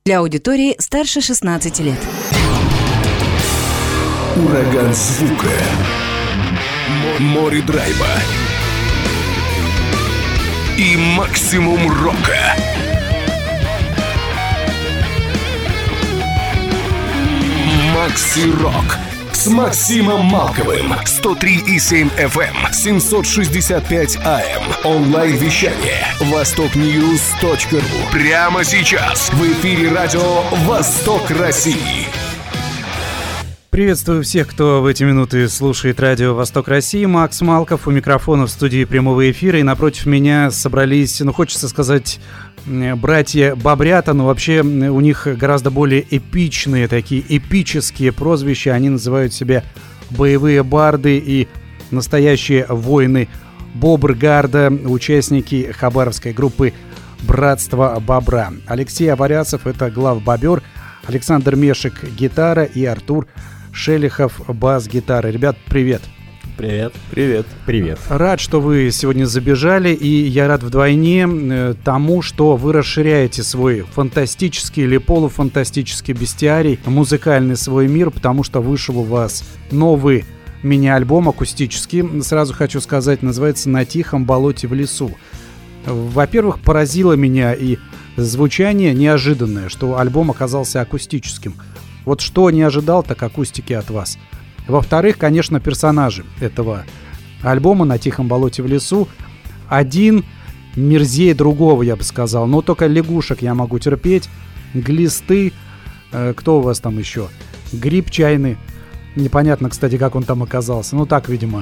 Для аудитории старше 16 лет. Ураган звука. Море драйва. И максимум рока. Макси Рок с Максимом Малковым. 103,7 FM, 765 AM. Онлайн-вещание. Востокньюз.ру. Прямо сейчас в эфире радио «Восток России». Приветствую всех, кто в эти минуты слушает радио «Восток России». Макс Малков у микрофона в студии прямого эфира. И напротив меня собрались, хочется сказать, братья Бобрята, но вообще у них гораздо более эпичные, такие эпические прозвища. Они называют себя боевые барды и настоящие воины Бобргарда, участники хабаровской группы «Братство Бобра». Алексей Аваряцев — это главбобер, Александр Мешек — гитара и Артур Шелихов — бас-гитара. Ребят, привет. Привет. Привет. Привет. Рад, что вы сегодня забежали, и я рад вдвойне тому, что вы расширяете свой фантастический или полуфантастический бестиарий, музыкальный свой мир, потому что вышел у вас новый мини-альбом акустический. Сразу хочу сказать, называется «На тихом болоте в лесу». Во-первых, поразило меня и звучание неожиданное, что альбом оказался акустическим. Вот что не ожидал, так акустики от вас. Во-вторых, конечно, персонажи этого альбома «На тихом болоте в лесу». Один мерзее другого, я бы сказал. Но только лягушек я могу терпеть. Глисты. Кто у вас там еще? Гриб чайный. Непонятно, кстати, как он там оказался. Ну так, видимо,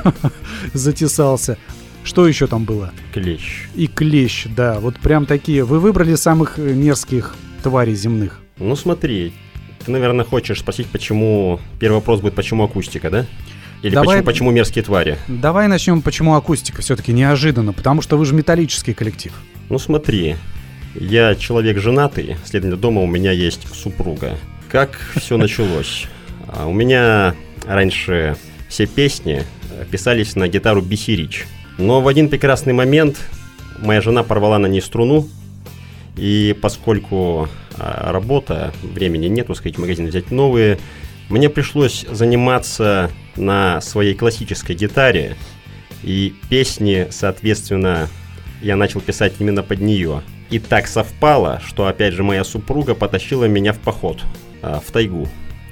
затесался. Что еще там было? Клещ. И клещ, да. Вот прям такие. Вы выбрали самых мерзких тварей земных. Ну смотри, ты, наверное, хочешь спросить, почему... Первый вопрос будет, почему акустика, да? Или почему мерзкие твари? Давай начнем, почему акустика все-таки неожиданно. Потому что вы же металлический коллектив. Ну смотри, я человек женатый, следовательно, дома у меня есть супруга. Как все началось? У меня раньше все песни писались на гитару BC Rich. Но в один прекрасный момент моя жена порвала на ней струну, и поскольку работа, времени нету, сходить в магазин взять новые, мне пришлось заниматься на своей классической гитаре, и песни, соответственно, я начал писать именно под нее. И так совпало, что, опять же, моя супруга потащила меня в поход, в тайгу,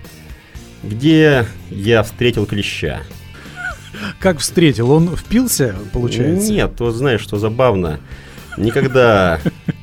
где я встретил клеща. Как встретил? Он впился, получается? Нет, вот знаешь, что забавно. Никогда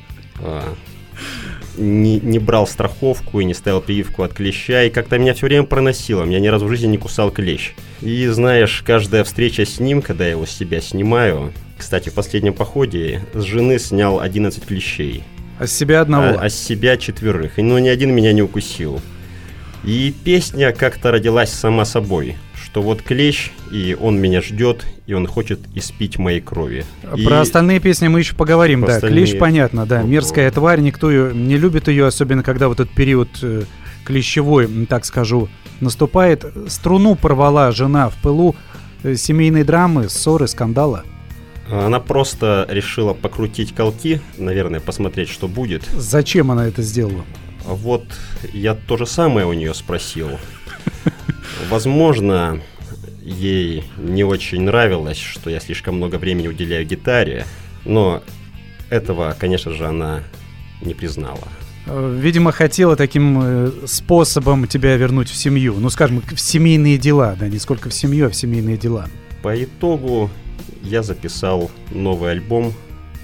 не брал страховку и не ставил прививку от клеща. И как-то меня все время проносило. Меня ни разу в жизни не кусал клещ. И знаешь, каждая встреча с ним, когда я его с себя снимаю... Кстати, в последнем походе с жены снял 11 клещей. А с себя одного? А с себя 4. Но ни один меня не укусил. И песня как-то родилась сама собой. Что вот клещ, и он меня ждет, и он хочет испить моей крови. Про остальные песни мы еще поговорим, да. Клещ, понятно, да. Мерзкая тварь, никто ее не любит ее, особенно когда вот этот период клещевой, так скажу, наступает. Струну порвала жена в пылу семейной драмы, ссоры, скандала. Она просто решила покрутить колки, наверное, посмотреть, что будет. Зачем она это сделала? Вот я то же самое у нее спросил. Возможно, ей не очень нравилось, что я слишком много времени уделяю гитаре, но этого, конечно же, она не признала. Видимо, хотела таким способом тебя вернуть в семью. Ну, скажем, в семейные дела, да, не сколько в семью, а в семейные дела. По итогу я записал новый альбом,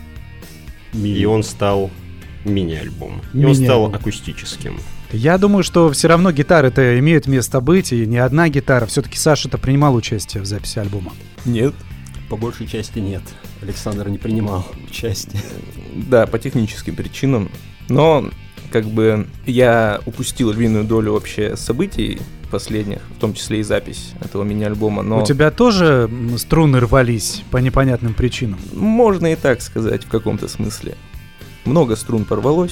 и он стал мини-альбом. И он стал акустическим. Я думаю, что все равно гитары-то имеют место быть, и не одна гитара. Все-таки Саша-то принимал участие в записи альбома. Нет, по большей части нет. Александр не принимал участие. Да, по техническим причинам. Но, как бы, я упустил львиную долю вообще событий последних, в том числе и запись этого мини-альбома. Но... У тебя тоже струны рвались по непонятным причинам? Можно и так сказать, в каком-то смысле. Много струн порвалось.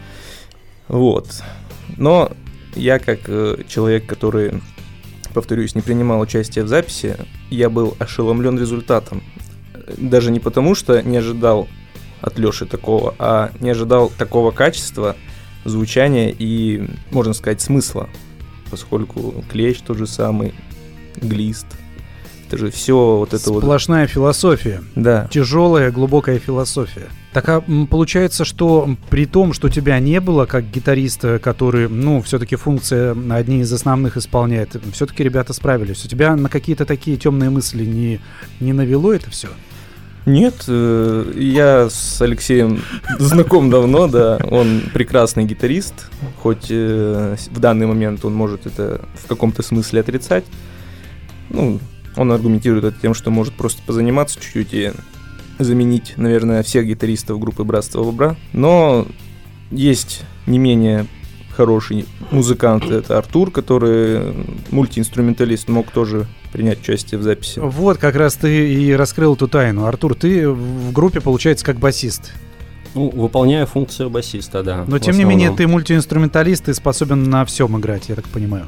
Вот. Но я, как человек, который, повторюсь, не принимал участие в записи, я был ошеломлен результатом. Даже не потому, что не ожидал от Лёши такого, а не ожидал такого качества, звучания и, можно сказать, смысла, поскольку Клещ тот же самый, Глист, это же все вот это вот... Сплошная философия. Да. Тяжелая, глубокая философия. Так получается, что при том, что тебя не было как гитариста, который, все-таки функция одни из основных исполняет, все-таки ребята справились. У тебя на какие-то такие темные мысли не навело это все? Нет, я с Алексеем знаком давно, да, он прекрасный гитарист, хоть в данный момент он может это в каком-то смысле отрицать. Он аргументирует это тем, что может просто позаниматься чуть-чуть и заменить, наверное, всех гитаристов группы «Братство Бобра». Но есть не менее хороший музыкант, это Артур, который мультиинструменталист, мог тоже принять участие в записи. Вот как раз ты и раскрыл эту тайну. Артур, ты в группе, получается, как басист. Выполняю функцию басиста, да. Но тем не менее ты мультиинструменталист и способен на всем играть, я так понимаю.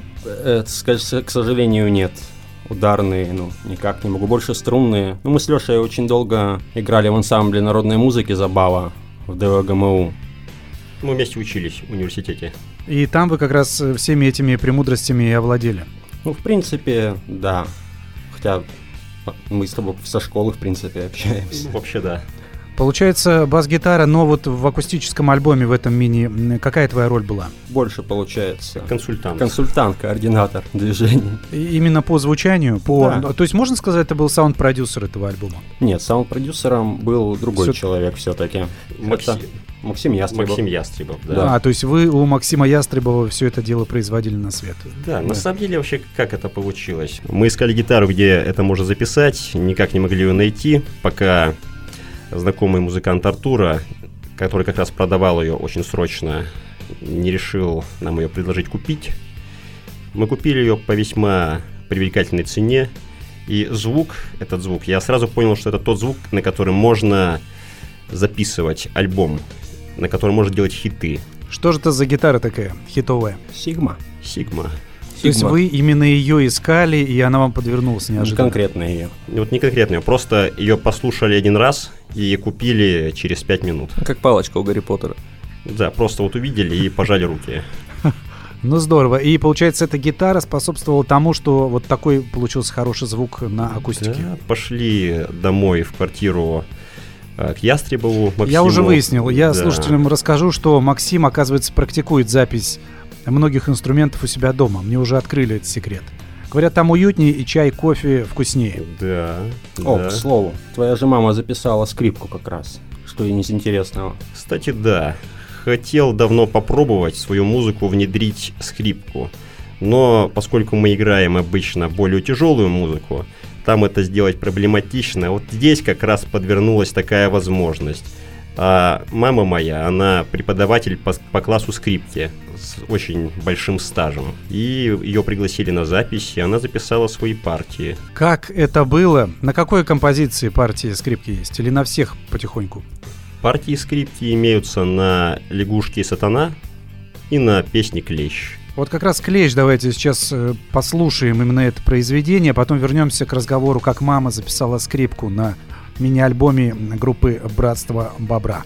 К сожалению, нет. Ударные, никак не могу. Больше струнные. Мы с Лешей очень долго играли в ансамбле народной музыки «Забава» в ДВГМУ. Мы вместе учились в университете. И там вы как раз всеми этими премудростями и овладели. В принципе, да. Хотя мы с тобой со школы, в принципе, общаемся. Вообще, да. Получается, бас-гитара, но вот в акустическом альбоме, в этом мини, какая твоя роль была? Больше получается. Консультант, координатор движений. Именно по звучанию? Да. То есть можно сказать, это был саунд-продюсер этого альбома? Нет, саунд-продюсером был другой человек все-таки. Максим Ястребов, да. То есть вы у Максима Ястребова все это дело производили на свет? Да, на самом деле вообще как это получилось? Мы искали гитару, где это можно записать, никак не могли ее найти, пока знакомый музыкант Артура, который как раз продавал ее очень срочно, не решил нам ее предложить купить. Мы купили ее по весьма привлекательной цене, и этот звук, я сразу понял, что это тот звук, на который можно записывать альбом, на который можно делать хиты. Что же это за гитара такая хитовая? Сигма. То есть вы именно ее искали, и она вам подвернулась неожиданно? Не конкретно ее. Не конкретно ее, просто ее послушали один раз и купили через 5 минут. Как палочка у Гарри Поттера. Да, просто увидели и пожали руки. Здорово. И получается, эта гитара способствовала тому, что вот такой получился хороший звук на акустике. Да, пошли домой в квартиру к Ястребову, Максиму. Я уже выяснил. Я слушателям расскажу, что Максим, оказывается, практикует запись многих инструментов у себя дома. Мне уже открыли этот секрет. Говорят, там уютнее и чай, кофе вкуснее. Да. К слову, твоя же мама записала скрипку как раз. Что и из интересного. Кстати, да. Хотел давно попробовать свою музыку внедрить скрипку. Но поскольку мы играем обычно более тяжелую музыку, там это сделать проблематично. Вот здесь как раз подвернулась такая возможность. А мама моя, она преподаватель по классу скрипки с очень большим стажем. И ее пригласили на запись, и она записала свои партии. Как это было? На какой композиции партии скрипки есть? Или на всех потихоньку? Партии скрипки имеются на «Лягушке и сатана» и на песне «Клещ». Вот как раз «Клещ» давайте сейчас послушаем именно это произведение, потом вернемся к разговору, как мама записала скрипку на мини-альбоме группы «Братство Бобра».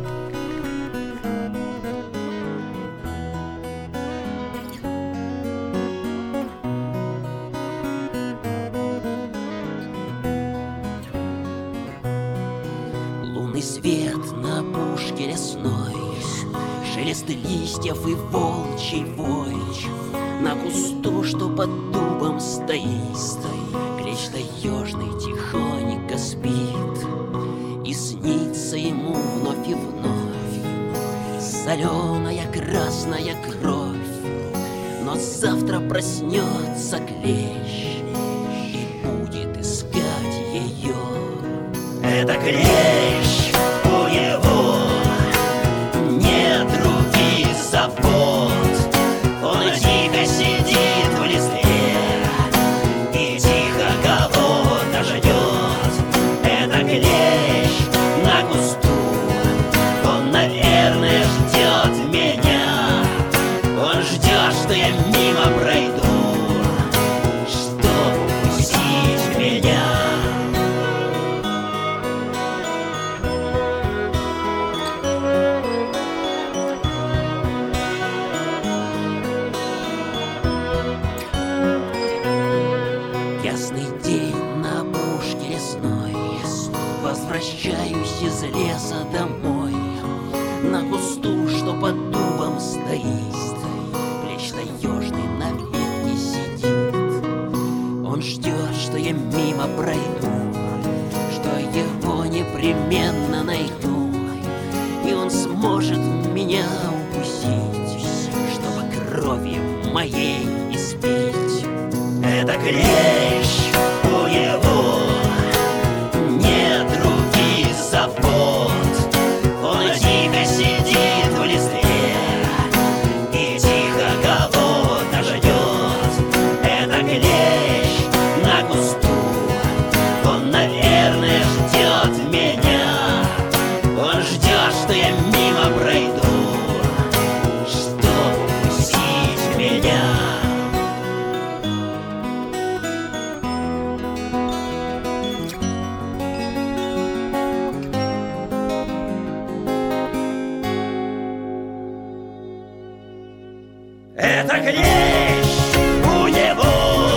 Лунный свет на опушке лесной, шелест листьев и волчий вой. На кусту, что под дубом стоит, клещ таежный тихонько спит. И снится ему вновь и вновь соленая красная кровь. Но завтра проснется клещ и будет искать ее. Это клещ, у него нет других забот. Он тихо сидит в листве и тихо голодно ждет. Это клещ на кусту, он, наверное, ждет меня. Он ждет, что я мимо пройду, чтобы упустить меня. возвращаюсь из леса домой, на кусту, что под дубом стоит, плеч таежный на ветке сидит. Он ждет, что я мимо пройду, что его непременно найду, и он сможет меня укусить, чтобы кровью моей испить. Это клещ, у него нет других забот. Он тихо сидит в листве и тихо кого-то ждет. Это клещ на кусту, он, наверное, ждет меня. Он ждет, что я мимо пройду, чтобы укусить меня. Это клещ, у него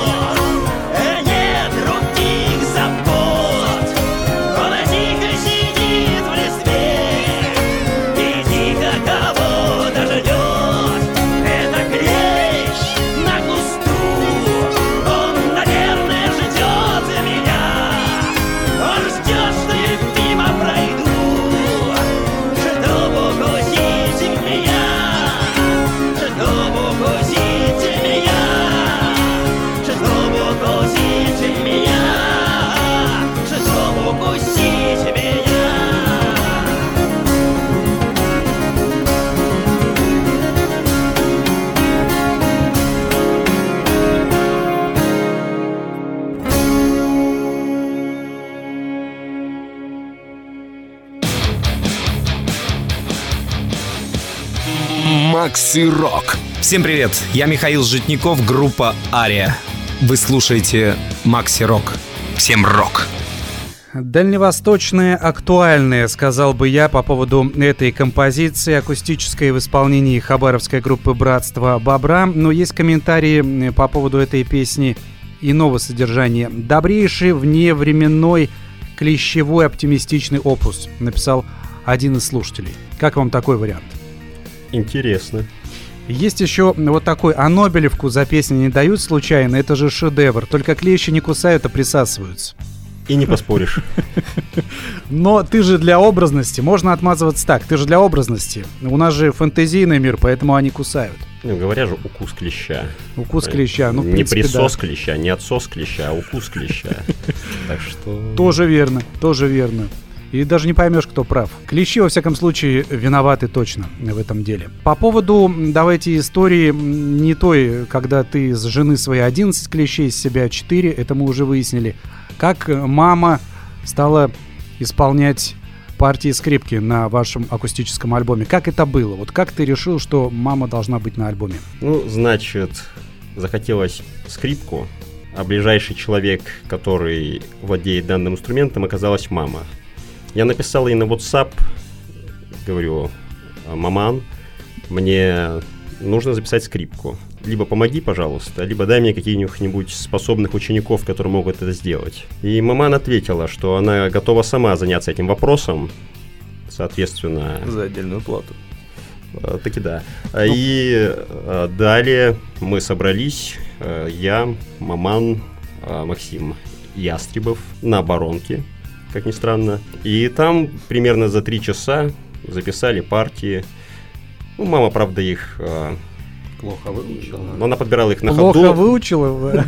нет других забот. Он тихо сидит в листве и тихо кого-то ждет. Это клещ на кусту, он, наверное, ждет меня. Он ждет, что я мимо пройду, чтобы укусить меня. Чтобы укусить меня, чтобы укусить меня, чтобы укусить меня. Макси Рок. Всем привет, я Михаил Житников, группа Ария. Вы слушаете Макси Рок. Всем рок! Дальневосточное актуальное, сказал бы я, по поводу этой композиции, акустической в исполнении хабаровской группы «Братство Бобра». Но есть комментарии по поводу этой песни иного содержания. «Добрейший, вневременной, клещевой, оптимистичный опус», написал один из слушателей. Как вам такой вариант? Интересно. Есть еще вот такой: а Нобелевку за песню не дают случайно, это же шедевр. Только клещи не кусают, а присасываются. И не поспоришь. Но ты же для образности, можно отмазываться так, ты же для образности. У нас же фэнтезийный мир, поэтому они кусают. Ну, говорят же, укус клеща. Укус клеща, ну, в не принципе, присос да. клеща, не отсос клеща, а укус клеща. Так что... Тоже верно, тоже верно. И даже не поймешь, кто прав. Клещи, во всяком случае, виноваты точно в этом деле. По поводу, давайте, истории не той, когда ты из жены своей 11 клещей, из себя 4, это мы уже выяснили. Как мама стала исполнять партии скрипки на вашем акустическом альбоме? Как это было? Вот как ты решил, что мама должна быть на альбоме? Ну, значит, захотелось скрипку, а ближайший человек, который владеет данным инструментом, оказалась мама. Я написал ей на WhatsApp, говорю: маман, мне нужно записать скрипку. Либо помоги, пожалуйста, либо дай мне каких-нибудь способных учеников, которые могут это сделать. И маман ответила, что она готова сама заняться этим вопросом, соответственно... За отдельную плату. Таки да. И далее мы собрались, я, маман, Максим Ястребов, на оборонке, как ни странно. И там примерно за 3 часа записали партии. Ну, мама, правда, их... Плохо выучила. Но она подбирала их на Плохо ходу. выучила?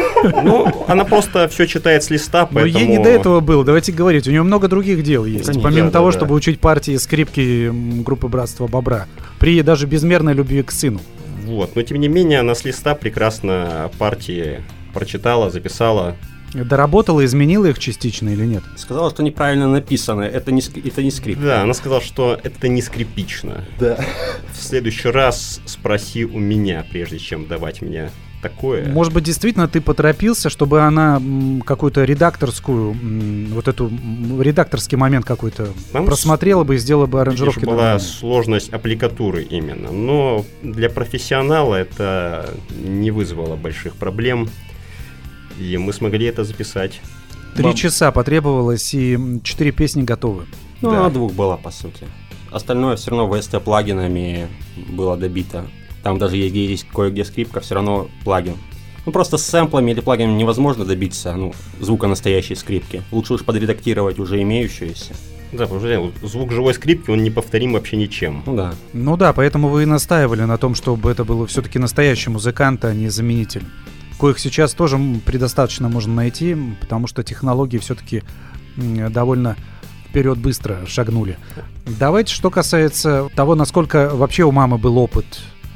Ну, она просто все читает с листа, Но поэтому... ей не до этого было, давайте говорить. У нее много других дел есть. Конечно. Помимо Да, того, да, чтобы да. учить партии скрипки группы «Братство Бобра». При даже безмерной любви к сыну. Вот. Но, тем не менее, она с листа прекрасно партии прочитала, записала. Доработала, изменила их частично или нет? Сказала, что неправильно написано. Это не скрипт. Да, она сказала, что это не скрипично. Да. В следующий раз спроси у меня, прежде чем давать мне такое. Может быть, действительно ты поторопился, чтобы она какую-то редакторскую, вот эту редакторский момент какой-то Там просмотрела бы и сделала бы аранжировки. Видишь, была нормальные. сложность аппликатуры именно. Но для профессионала это не вызвало больших проблем. И мы смогли это записать. 3 часа потребовалось, и 4 песни готовы. Ну, Да. она 2 была, по сути. Остальное все равно VST-плагинами было добито. Там даже есть кое-где скрипка, все равно плагин. Ну, просто с сэмплами или плагинами невозможно добиться звука настоящей скрипки. Лучше уж подредактировать уже имеющуюся. Да, потому что звук живой скрипки, он неповторим вообще ничем. Ну да. Ну да, поэтому вы и настаивали на том, чтобы это был все-таки настоящий музыкант, а не заменитель. Коих сейчас тоже предостаточно можно найти, потому что технологии все-таки довольно вперед быстро шагнули. Давайте, что касается того, насколько вообще у мамы был опыт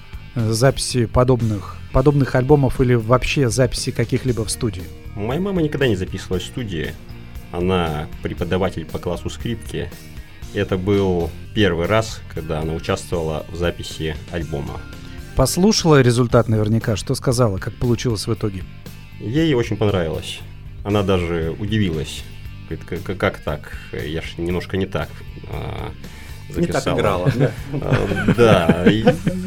записи подобных альбомов или вообще записи каких-либо в студии. Моя мама никогда не записывалась в студии. Она преподаватель по классу скрипки. Это был первый раз, когда она участвовала в записи альбома. Послушала результат наверняка, что сказала, как получилось в итоге? Ей очень понравилось. Она даже удивилась. Говорит, как так? Я ж немножко не так записала. Не так играла, да? Да, и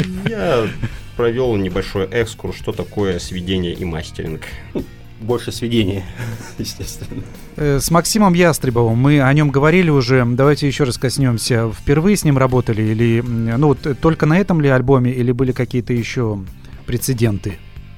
я провел небольшой экскурс, что такое сведение и мастеринг. Больше сведения, естественно. С Максимом Ястребовым мы о нем говорили уже. Давайте еще раз коснемся. Впервые с ним работали или только на этом ли альбоме, или были какие-то еще прецеденты?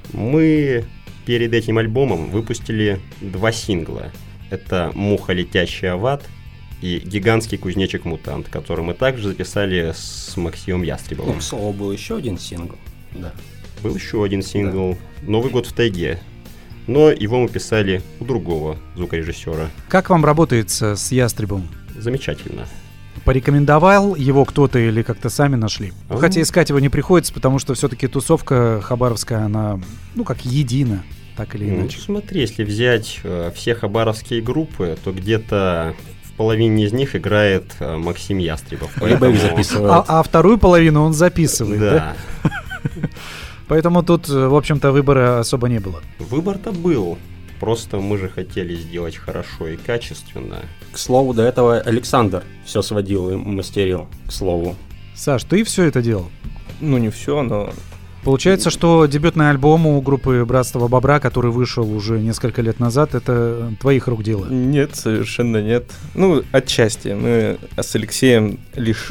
Мы перед этим альбомом выпустили 2 сингла. Это «Муха, летящая в ад» и «Гигантский кузнечик-мутант», который мы также записали с Максимом Ястребовым. К слову, был еще один сингл. Да. Был еще один сингл «Новый год в тайге». Но его мы писали у другого звукорежиссера. Как вам работается с Ястребовым? Замечательно. Порекомендовал его кто-то или как-то сами нашли? А. Хотя искать его не приходится, потому что все-таки тусовка хабаровская, она, как едина, так или иначе. Смотри, если взять все хабаровские группы, то где-то в половине из них играет Максим Ястребов. Либо их записывают. А вторую половину он записывает, да? Да. Поэтому тут, в общем-то, выбора особо не было. Выбор-то был. Просто мы же хотели сделать хорошо и качественно. К слову, до этого Александр все сводил и мастерил, к слову. Саш, ты все это делал? Ну, не все, но... Получается, что дебютный альбом у группы «Братство Бобра», который вышел уже несколько лет назад, это твоих рук дело? Нет, совершенно нет. Ну, отчасти. Мы с Алексеем лишь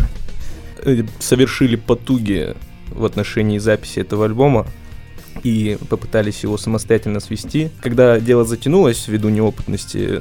совершили потуги в отношении записи этого альбома и попытались его самостоятельно свести. Когда дело затянулось ввиду неопытности,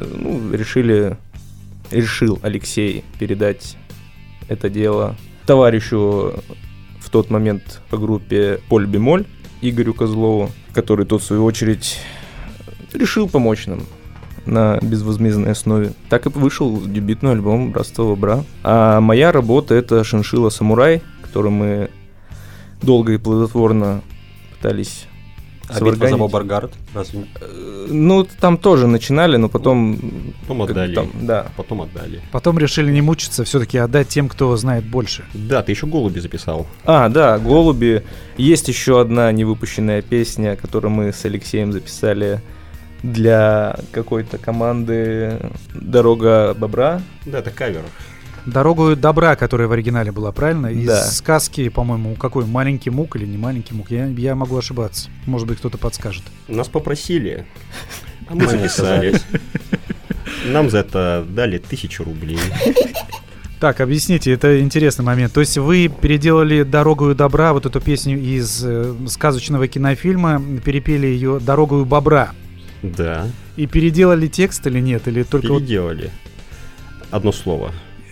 решил Алексей передать это дело товарищу в тот момент по группе Поль Бемоль, Игорю Козлову, который тот, в свою очередь, решил помочь нам на безвозмездной основе. Так и вышел дебютный альбом «Братство Бобра». А моя работа — это «Шиншилла Самурай», который мы долго и плодотворно пытались А битва за Бобаргард? Разве? Ну, там тоже начинали, но потом... Потом отдали. Да. Потом отдали. Потом решили не мучиться, все-таки отдать тем, кто знает больше. Да, ты еще «Голуби» записал. Да, «Голуби». Есть еще одна невыпущенная песня, которую мы с Алексеем записали для какой-то команды «Дорога Бобра». Да, это кавер. «Дорогу добра», которая в оригинале была, правильно? Из Да. сказки, по-моему, какой? «Маленький мук» или не «Маленький мук»? Я могу ошибаться. Может быть, кто-то подскажет. Нас попросили, а мы записали. Нам за это дали 1000 рублей. Так, объясните, это интересный момент. То есть вы переделали «Дорогою добра», вот эту песню из сказочного кинофильма, перепели ее «Дорогою бобра». Да, И переделали текст или нет? Или только вот переделали. Одно слово.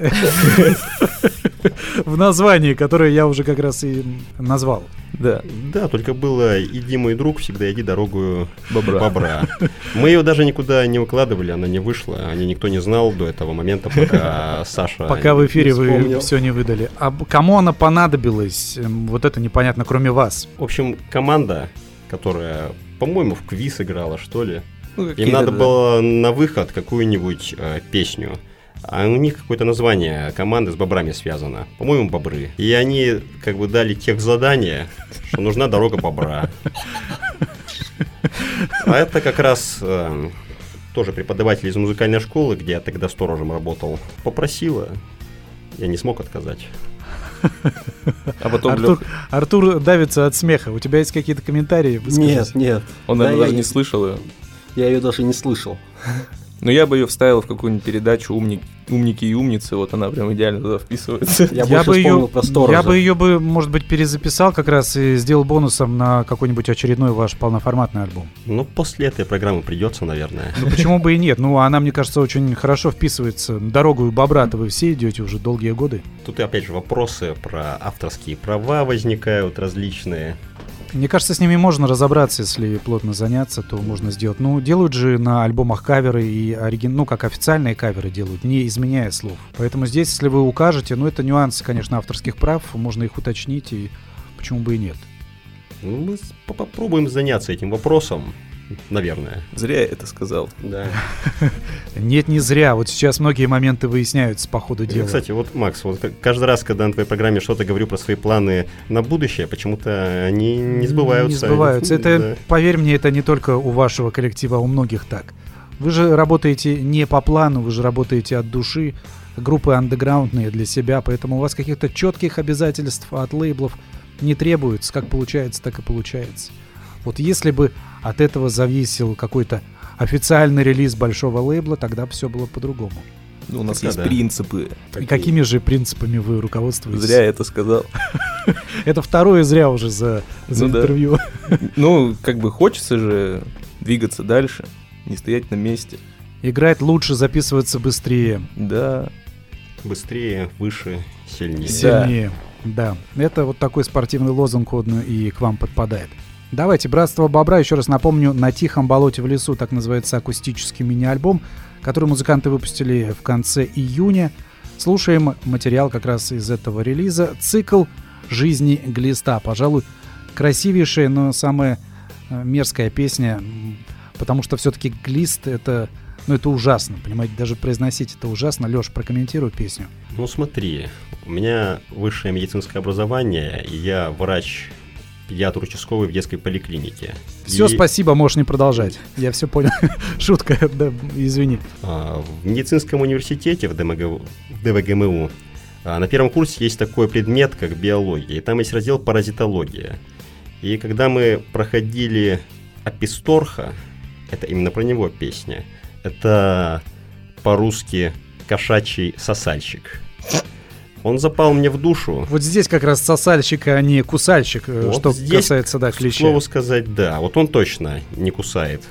в названии, которое я уже как раз и назвал? Да. Да, только было «Иди, мой друг, всегда иди дорогою Бобра. бобра». Мы ее даже никуда не выкладывали, она не вышла. О ней никто не знал до этого момента, пока Саша... Пока в эфире не вы вспомнил. все не выдали. А кому она понадобилась? Вот это непонятно, кроме вас. В общем, команда, которая, по-моему, в квиз играла, что ли, Ну, им какие-то, надо да. было на выход какую-нибудь песню. А у них какое-то название команды с бобрами связано. По-моему, бобры. И они как бы дали техзадание, что нужна дорога бобра. А это как раз тоже преподаватель из музыкальной школы, где я тогда сторожем работал, попросила. Я не смог отказать. А потом Артур давится от смеха. У тебя есть какие-то комментарии? Выскажись. Нет. он, Да, наверное, я даже не слышал ее. Я ее даже не слышал. Но я бы ее вставил в какую-нибудь передачу «Умники и умницы», вот она прям идеально туда вписывается. Я больше вспомнил про Сторожа. Я бы ее, может быть, перезаписал как раз и сделал бонусом на какой-нибудь очередной ваш полноформатный альбом. Ну, после этой программы придется, наверное. Ну, почему бы и нет? Ну, она, мне кажется, очень хорошо вписывается. Дорогу и Бобра-то вы все идете уже долгие годы. Тут и опять же вопросы про авторские права возникают различные. Мне кажется, с ними можно разобраться, если плотно заняться, то можно сделать. Ну, делают же на альбомах каверы и ну, как официальные каверы делают, не изменяя слов. Поэтому здесь, если вы укажете, ну, это нюансы, конечно, авторских прав, можно их уточнить, и почему бы и нет. Ну, мы попробуем заняться этим вопросом, наверное. Зря я это сказал. Да. Нет, не зря. Вот сейчас многие моменты выясняются по ходу дела. Кстати, вот, Макс, вот каждый раз, когда на твоей программе что-то говорю про свои планы на будущее, почему-то они не сбываются. Не сбываются. Это, да. Поверь мне, это не только у вашего коллектива, а у многих так. Вы же работаете не по плану, вы же работаете от души. Группы андеграундные для себя, поэтому у вас каких-то четких обязательств от лейблов не требуется. Как получается, так и получается. Вот если бы от этого зависел какой-то официальный релиз большого лейбла, тогда все было по-другому. Ну, у нас Тогда есть да. принципы. И какими же принципами вы руководствуетесь? Зря я это сказал. Это второе зря уже за Ну да. интервью. Ну, как бы хочется же двигаться дальше, не стоять на месте. Играть лучше, записываться быстрее, Да. Быстрее, выше, сильнее. сильнее. Да, это вот такой спортивный лозунг, он и к вам подпадает. Давайте, «Братство Бобра», еще раз напомню, «На тихом болоте в лесу», так называется акустический мини-альбом, который музыканты выпустили в конце июня. Слушаем материал как раз из этого релиза. Цикл жизни Глиста. Пожалуй, красивейшая, но самая мерзкая песня, потому что все-таки Глист — это ужасно, понимаете, даже произносить это ужасно. Лёш, прокомментируй песню. Ну смотри, у меня высшее медицинское образование, и я врач педиатр участковый в детской поликлинике. Все, спасибо, можешь не продолжать. Я все понял. Шутка, да, извини. В медицинском университете в ДВГМУ на первом курсе есть такой предмет, как биология, и там есть раздел паразитология. И когда мы проходили Аписторха, это именно про него песня, это по-русски «кошачий сосальщик». Он запал мне в душу. Вот здесь как раз сосальщик, а не кусальщик, Вот что здесь, касается, да, к клеща. слову сказать, да. Вот он точно не кусает.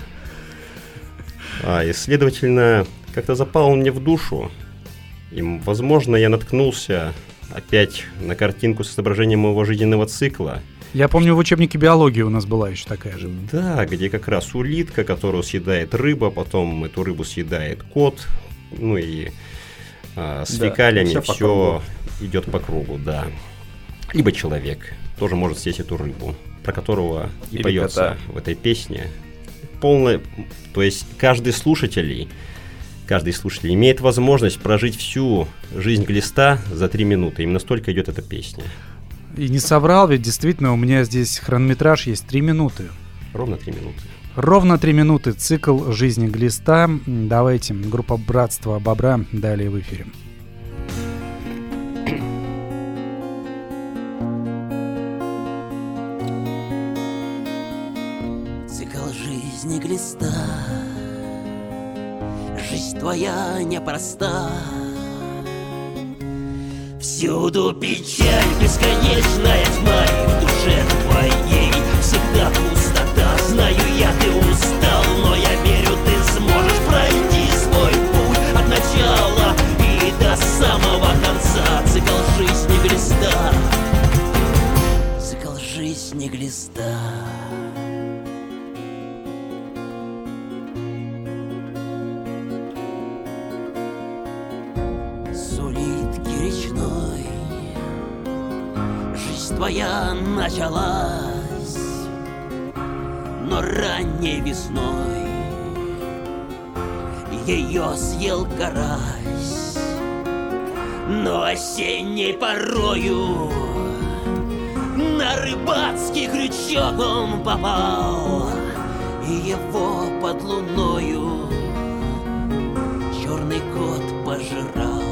И, следовательно, как-то запал он мне в душу. И, возможно, я наткнулся опять на картинку с изображением моего жизненного цикла. Я помню, в учебнике биологии у нас была еще такая же. Да, где как раз улитка, которую съедает рыба, потом эту рыбу съедает кот, ну и с фекалиями всё по все кругу. идет по кругу, да. Либо человек тоже может съесть эту рыбу, про которого и Или поется кота. в этой песне. Полное, то есть каждый слушатель имеет возможность прожить всю жизнь Глиста за 3 минуты. Именно столько идет эта песня. И не соврал, ведь действительно у меня здесь хронометраж есть 3 минуты. Ровно 3 минуты. Ровно 3 минуты цикл жизни Глиста. Давайте, группа «Братство Бобра», далее в эфире. Цикл жизни Глиста, жизнь твоя непроста. Всюду печаль, бесконечная тьма, и в душе твоей всегда пустота. Знаю я, ты устал, но я верю, ты сможешь пройти свой путь от начала и до самого конца. Цикл жизни Глиста, цикл жизни Глиста. С улитки речной жизнь твоя началась, но ранней весной ее съел карась. Но осенней порою на рыбацкий крючок он попал, и его под луною черный кот пожирал.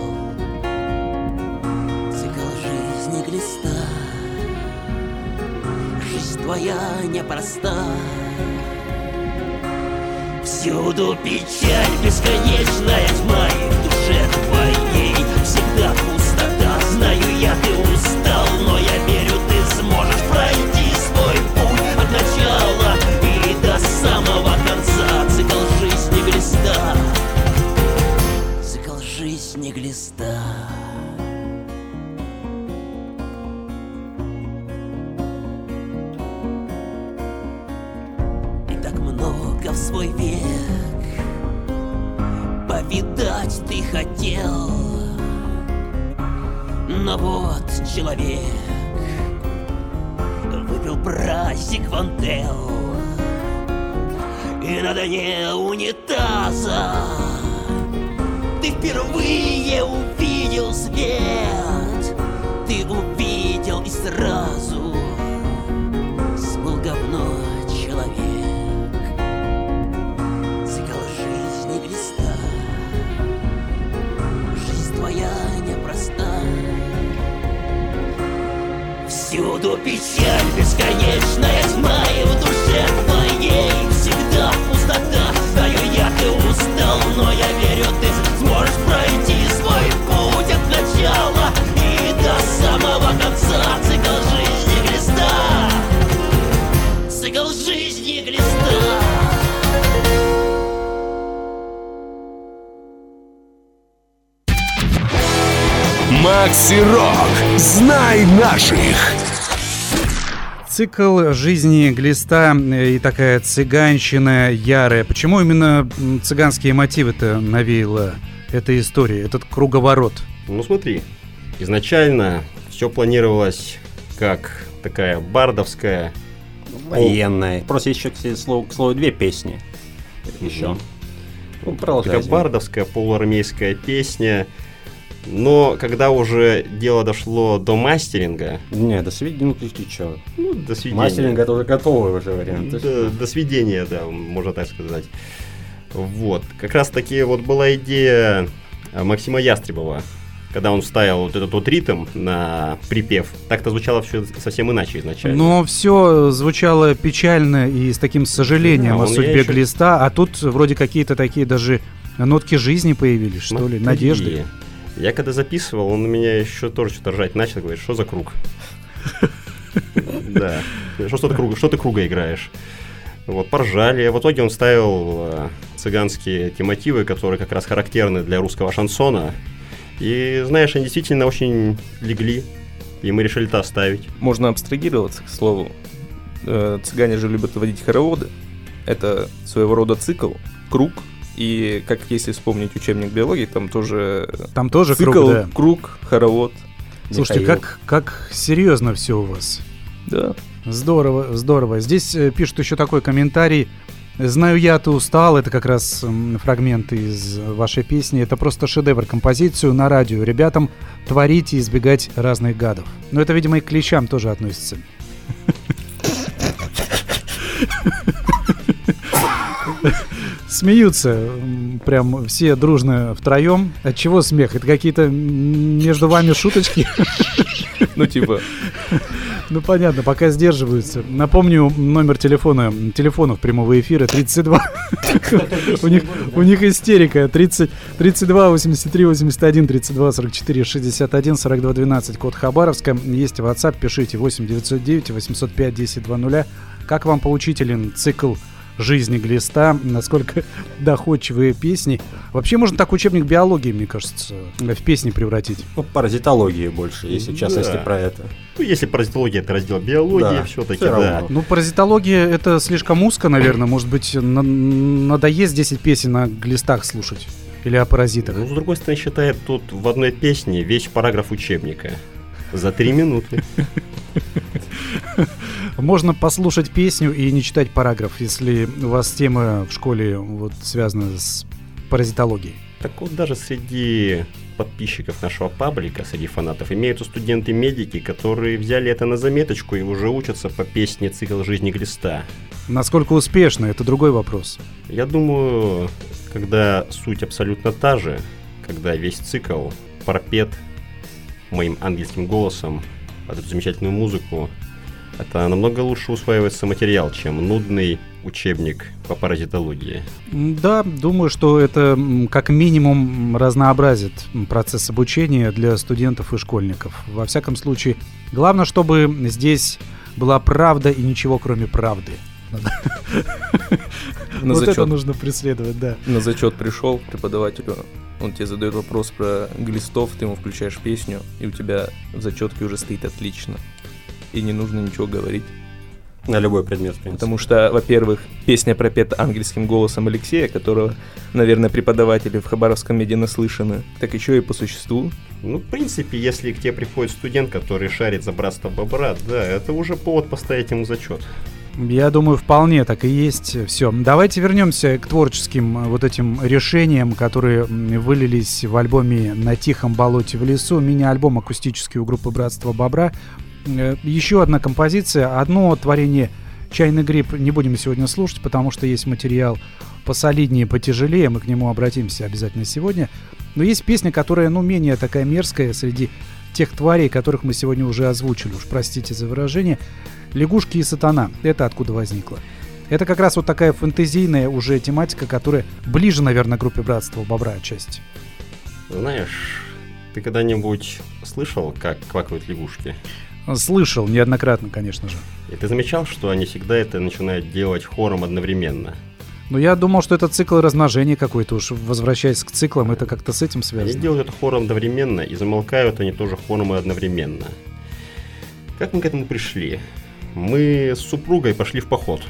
Цикл жизни Глиста, жизнь твоя непроста. Всюду печаль, бесконечная тьма, и в душе твоей всегда пустота. Знаю я, ты устал, но я верю, ты сможешь пройти свой путь от начала и до самого конца. Цикл жизни глиста, цикл жизни глиста. И так много в свой век повидать ты хотел, но вот человек выпил брасик Вантел, и на дне унитаза ты впервые увидел свет. Ты увидел и сразу смыл говно человек. Цикл жизни глиста, жизнь твоя непроста. Всюду печаль, бесконечная тьма, и в душе твоей всегда пустота. Знаю я, ты устал, но я верю, ты сможешь пройти свой путь от начала и до самого конца. Цикл жизни глиста, цикл жизни глиста. Макси Рок. Знай наших. Цикл жизни глиста и такая цыганщина ярая. Почему именно цыганские мотивы-то навеяла эта история, этот круговорот? Ну смотри, изначально все планировалось как такая бардовская, Военная. Просто еще, кстати, к слову, две песни. Еще. Ну, такая бардовская полуармейская песня. Но когда уже дело дошло до мастеринга... Не, до сведения, ну ты чё? Ну, до сведения. Мастеринг — это уже готовый уже вариант. До сведения, да, можно так сказать. Вот. Как раз таки вот была идея Максима Ястребова, когда он вставил вот этот вот ритм на припев. Так-то звучало все совсем иначе изначально. Но все звучало печально и с таким сожалением о судьбе глиста, а тут вроде какие-то такие даже нотки жизни появились, что ли, надежды. Я когда записывал, он на меня еще тоже что-то ржать начал, говорит, что за круг? Да, что ты круга играешь? Вот, поржали. В итоге он ставил цыганские эти мотивы, которые как раз характерны для русского шансона. И, знаешь, они действительно очень легли, и мы решили это оставить. Можно абстрагироваться, к слову. Цыгане же любят водить хороводы. Это своего рода цикл, круг. И как если вспомнить учебник биологии, там тоже цикл, круг, да. Круг, хоровод. Слушайте, как серьезно все у вас. Да. Здорово, здорово. Здесь пишут еще такой комментарий. «Знаю я, ты устал». Это как раз фрагмент из вашей песни. Это просто шедевр, композицию на радио. Ребятам творить и избегать разных гадов. Но это, видимо, и к клещам тоже относится. Смеются прям все дружно втроем. От чего смех? Это какие-то между вами шуточки? Ну, типа... Ну, понятно, пока сдерживаются. Напомню, номер телефонов прямого эфира 32. У них истерика. 32 83 81 32 44 61 42 12. Код Хабаровска. Есть WhatsApp. Пишите 8 909 805 10 20. Как вам поучителен цикл жизни глиста, насколько доходчивые песни. Вообще можно так учебник биологии, мне кажется, в песни превратить. Ну, паразитологии больше, если в частности про это. Ну, если паразитология — это раздел биологии, да, все-таки, все да. Ну, паразитология — это слишком узко, наверное. Может быть, надоест 10 песен на глистах слушать. Или о паразитах. Ну, с другой стороны, считает тут в одной песне весь параграф учебника. За 3 минуты. Можно послушать песню и не читать параграф, если у вас тема в школе вот связана с паразитологией. Так вот, даже среди подписчиков нашего паблика, среди фанатов, имеются студенты-медики, которые взяли это на заметочку и уже учатся по песне «Цикл жизни глиста». Насколько успешно, это другой вопрос. Я думаю, когда суть абсолютно та же, когда весь цикл пропет моим ангельским голосом под эту замечательную музыку, это намного лучше усваивается материал, чем нудный учебник по паразитологии. Да, думаю, что это как минимум разнообразит процесс обучения для студентов и школьников. Во всяком случае, главное, чтобы здесь была правда и ничего кроме правды. Вот это нужно преследовать, да. На зачет пришел к преподавателю, он тебе задает вопрос про глистов, ты ему включаешь песню, и у тебя в зачетке уже стоит отлично. И не нужно ничего говорить. На любой предмет, в принципе. Потому что, во-первых, песня пропета ангельским голосом Алексея, которого, наверное, преподаватели в Хабаровском меде наслышаны, так еще и по существу. Ну, в принципе, если к тебе приходит студент, который шарит за братство бобра, да, это уже повод поставить ему зачет. Я думаю, вполне так и есть. Все. Давайте вернемся к творческим вот этим решениям, которые вылились в альбоме «На тихом болоте в лесу», мини-альбом акустический у группы «Братство бобра». Еще одна композиция, одно творение «Чайный гриб» не будем сегодня слушать, потому что есть материал посолиднее, потяжелее, мы к нему обратимся обязательно сегодня. Но есть песня, которая, менее такая мерзкая среди тех тварей, которых мы сегодня уже озвучили, уж простите за выражение. «Лягушки и сатана». Это откуда возникло? Это как раз вот такая фэнтезийная уже тематика, которая ближе, наверное, к группе «Братство бобра» отчасти. Знаешь, ты когда-нибудь слышал, как квакают лягушки? Слышал, неоднократно, конечно же. И ты замечал, что они всегда это начинают делать хором одновременно? Но я думал, что это цикл размножения какой-то, уж возвращаясь к циклам, это как-то с этим связано. Они делают это хором одновременно, и замолкают они тоже хором и одновременно. Как мы к этому пришли? Мы с супругой пошли в поход.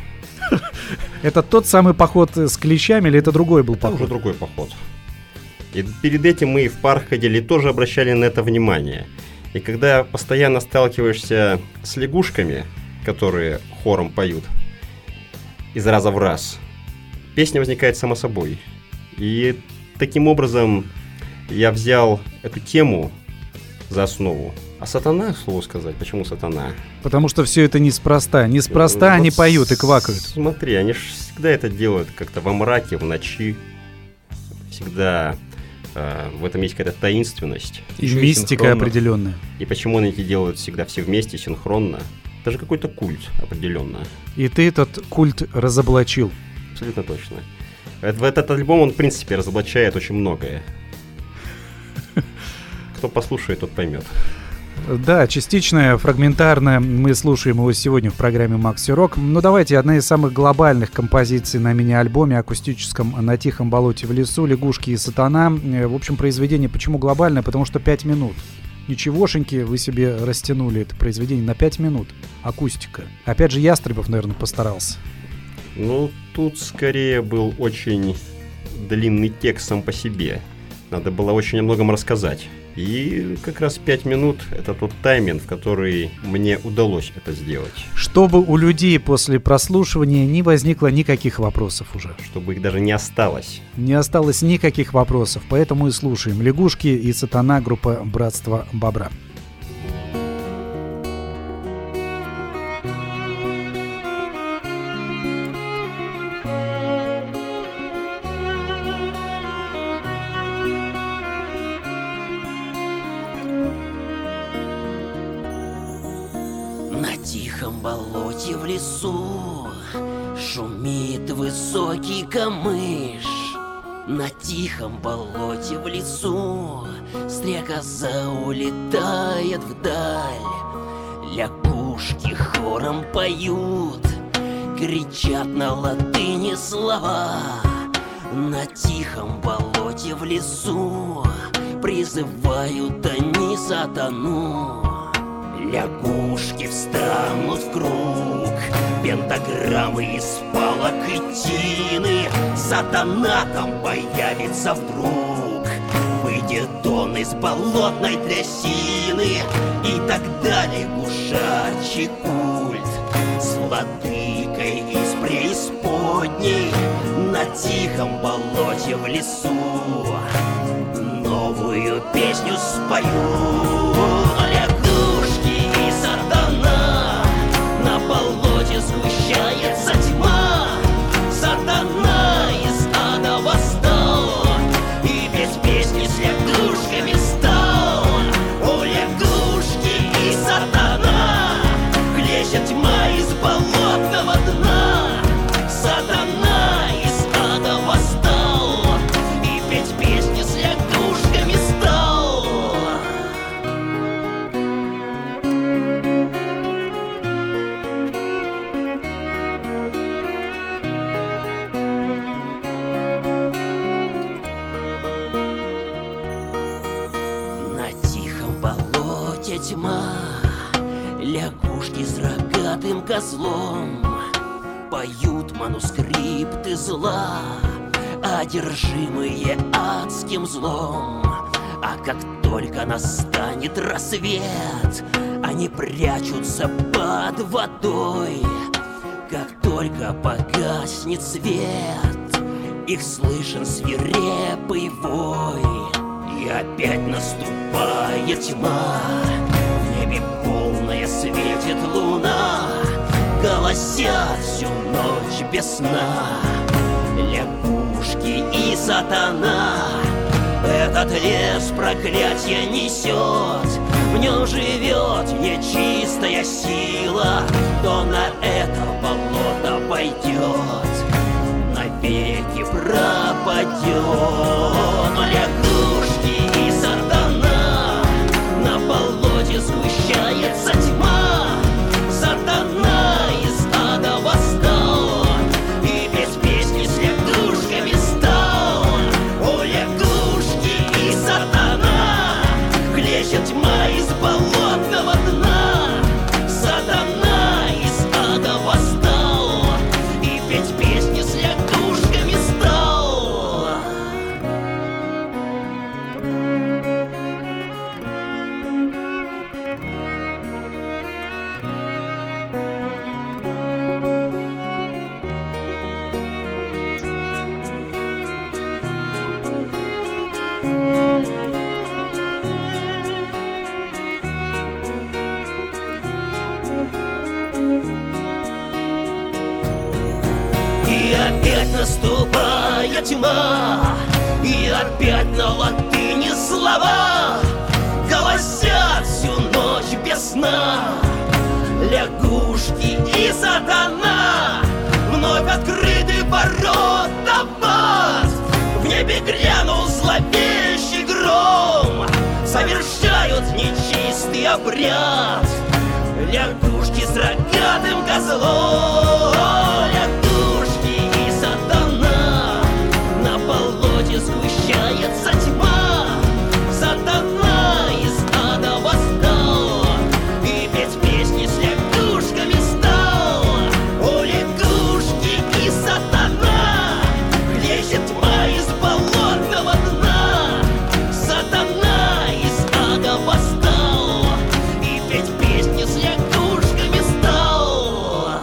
Это тот самый поход с клещами или это другой был поход? Это уже другой поход. И перед этим мы в парк ходили и тоже обращали на это внимание. И когда постоянно сталкиваешься с лягушками, которые хором поют из раза в раз, песня возникает сама собой. И таким образом я взял эту тему за основу. А сатана, к слову сказать, почему сатана? Потому что все это неспроста. Неспроста они поют и квакают. Смотри, они же всегда это делают как-то во мраке, в ночи. Всегда в этом есть какая-то таинственность. И мистика определенная. И почему они это делают всегда все вместе, синхронно? Это же какой-то культ определенно. И ты этот культ разоблачил. Абсолютно точно. Этот альбом, он, в принципе, разоблачает очень многое. Кто послушает, тот поймет. Да, частично, фрагментарно мы слушаем его сегодня в программе «Макси Рок». Но давайте, одна из самых глобальных композиций на мини-альбоме акустическом «На тихом болоте в лесу», «Лягушки и сатана». В общем, произведение почему глобальное? Потому что 5 минут. Ничегошеньки, вы себе растянули это произведение на 5 минут. Акустика. Опять же, Ястребов, наверное, постарался. Ну, тут скорее был очень длинный текст сам по себе. Надо было очень о многом рассказать. И как раз 5 минут — это тот тайминг, в который мне удалось это сделать. Чтобы у людей после прослушивания не возникло никаких вопросов уже. Чтобы их даже не осталось. Не осталось никаких вопросов, поэтому и слушаем «Лягушки и сатана», группа «Братство бобра». На тихом болоте в лесу шумит высокий камыш. На тихом болоте в лесу стрекоза улетает вдаль. Лягушки хором поют, кричат на латыни слова. На тихом болоте в лесу призывают они сатану. Лягушки встанут в круг, пентаграммы из палок и тины. Сатана там появится вдруг, выйдет он из болотной трясины. И тогда лягушачий культ с владыкой из преисподней на тихом болоте в лесу новую песню спою. Сгущается тьма, сатана из ада восстал и без песни с лягушками стал. О, лягушки и сатана, хлещет тьма из болотного дна. рогатым козлом. Поют манускрипты зла, одержимые адским злом. А как только настанет рассвет, они прячутся под водой. Как только погаснет свет, их слышен свирепый вой. И опять наступает тьма, в небе полная светит луна. Голосят всю ночь без сна лягушки и сатана. Этот лес проклятие несет, в нем живет нечистая сила. Кто на это болото пойдет, навеки пропадет. Лягушки и сатана, на болоте сгущается тьма. Сатана из ада восстал и петь песни с лягушками стал. О, лягушки и сатана, хлещет тьма из болотного дна. Сатана из ада восстал и петь песни с лягушками стал. И опять наступает тьма, и опять на латыни слова голосят всю ночь без сна. Лягушки и сатана, вновь открыты ворота в ад. В небе грянул зловещий гром, совершают нечистый обряд. Лягушки с рогатым козлом. Лягушки и сатана, на болоте сгущается тьма. Сатана из ада восстал и петь песни с лягушками стал. О, лягушки и сатана, хлещет тьма из болотного дна. Сатана из ада восстал и петь песни с лягушками стал.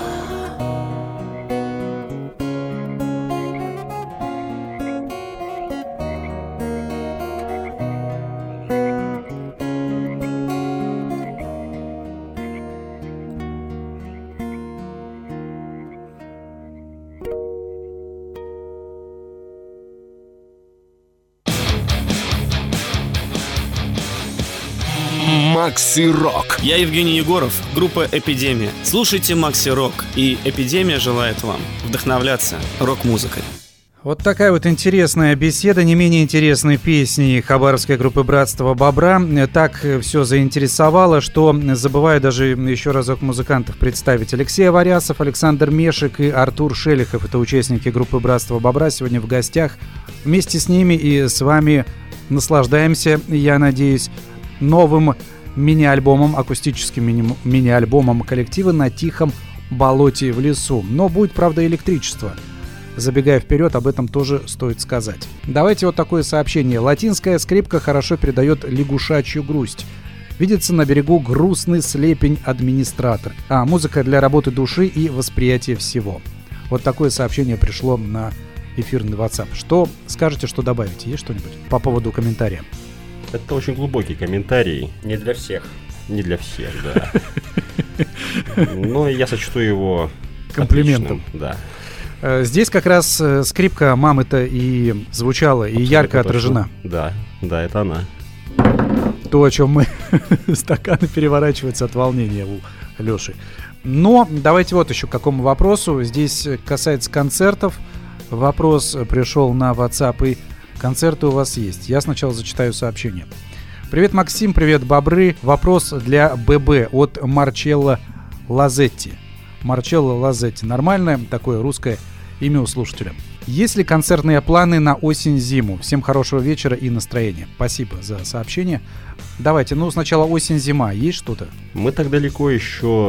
Макси Рок. Я Евгений Егоров, группа «Эпидемия». Слушайте Макси Рок, и «Эпидемия» желает вам вдохновляться рок-музыкой. Вот такая вот интересная беседа, не менее интересной песни хабаровской группы «Братство Бобра». Так все заинтересовало, что забываю даже еще разок музыкантов представить. Алексей Аварясов, Александр Мешек и Артур Шелихов. Это участники группы «Братство Бобра». Сегодня в гостях. Вместе с ними и с вами наслаждаемся, я надеюсь, новым мини-альбомом, акустическим мини-альбомом коллектива «На тихом болоте в лесу». Но будет, правда, электричество. Забегая вперед, об этом тоже стоит сказать. Давайте вот такое сообщение. Латинская скрипка хорошо передает лягушачью грусть. Видится на берегу грустный слепень-администратор. А музыка для работы души и восприятия всего. Вот такое сообщение пришло на эфирный WhatsApp. Что скажете, что добавите? Есть что-нибудь по поводу комментария? Это очень глубокий комментарий. Не для всех. Не для всех, да. Но я сочту его комплиментом. Да. Здесь как раз скрипка мамы-то и звучала, и ярко отражена. Да, это она. То, о чем мы... Стаканы переворачиваются от волнения у Леши. Но давайте вот еще к какому вопросу. Здесь касается концертов. Вопрос пришел на WhatsApp, и концерты у вас есть. Я сначала зачитаю сообщение. Привет, Максим, привет, бобры. Вопрос для ББ от Марчелло Лазетти. Марчелло Лазетти. Нормальное такое русское имя у слушателя. Есть ли концертные планы на осень-зиму? Всем хорошего вечера и настроения. Спасибо за сообщение. Давайте, сначала осень-зима. Есть что-то? Мы так далеко еще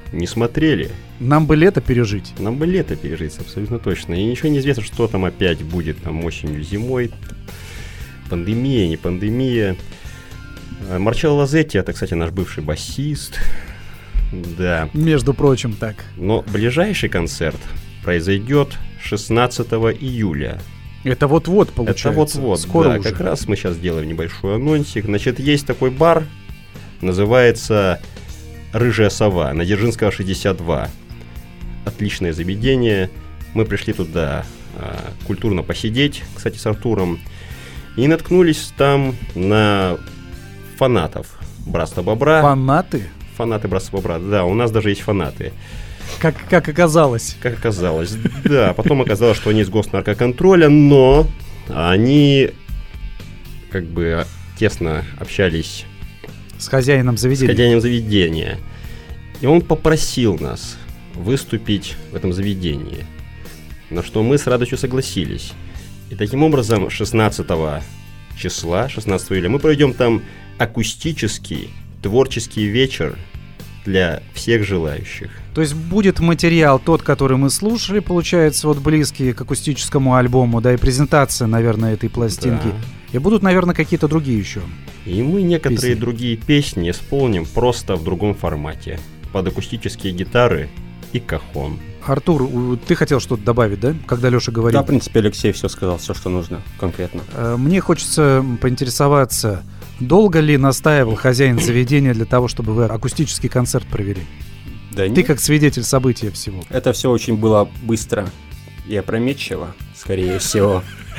не смотрели. Нам бы лето пережить. Нам бы лето пережить, абсолютно точно. И ничего не известно, что там опять будет там осенью, зимой. Пандемия, не пандемия. Марчелло Лозетти, это, кстати, наш бывший басист. Да. Между прочим, так. Но ближайший концерт произойдет 16 июля. Это вот-вот получается. Это вот-вот, скоро да. уже. Как раз мы сейчас делаем небольшой анонсик. Значит, есть такой бар, называется «Рыжая сова», на Дзержинского, 62. Отличное заведение. Мы пришли туда культурно посидеть, кстати, с Артуром. И наткнулись там на фанатов Братства Бобра. Фанаты? Фанаты Братства Бобра, да, у нас даже есть фанаты. Как оказалось. Как оказалось, да. Потом оказалось, что они из госнаркоконтроля, но они как бы тесно общались с хозяином заведения. И он попросил нас выступить в этом заведении, на что мы с радостью согласились. И таким образом 16 числа, 16 июля, мы проведем там акустический творческий вечер для всех желающих. То есть будет материал тот, который мы слушали, получается, вот близкий к акустическому альбому, да, и презентация, наверное, этой пластинки. Да. И будут, наверное, какие-то другие еще. И мы некоторые другие песни исполним просто в другом формате. Под акустические гитары и кахон. Артур, ты хотел что-то добавить, да, когда Леша говорил? Да, в принципе, Алексей все сказал, все, что нужно конкретно. Мне хочется поинтересоваться, долго ли настаивал хозяин заведения для того, чтобы вы акустический концерт провели? Да Ты как свидетель события всего. Это все очень было быстро и опрометчиво, скорее всего.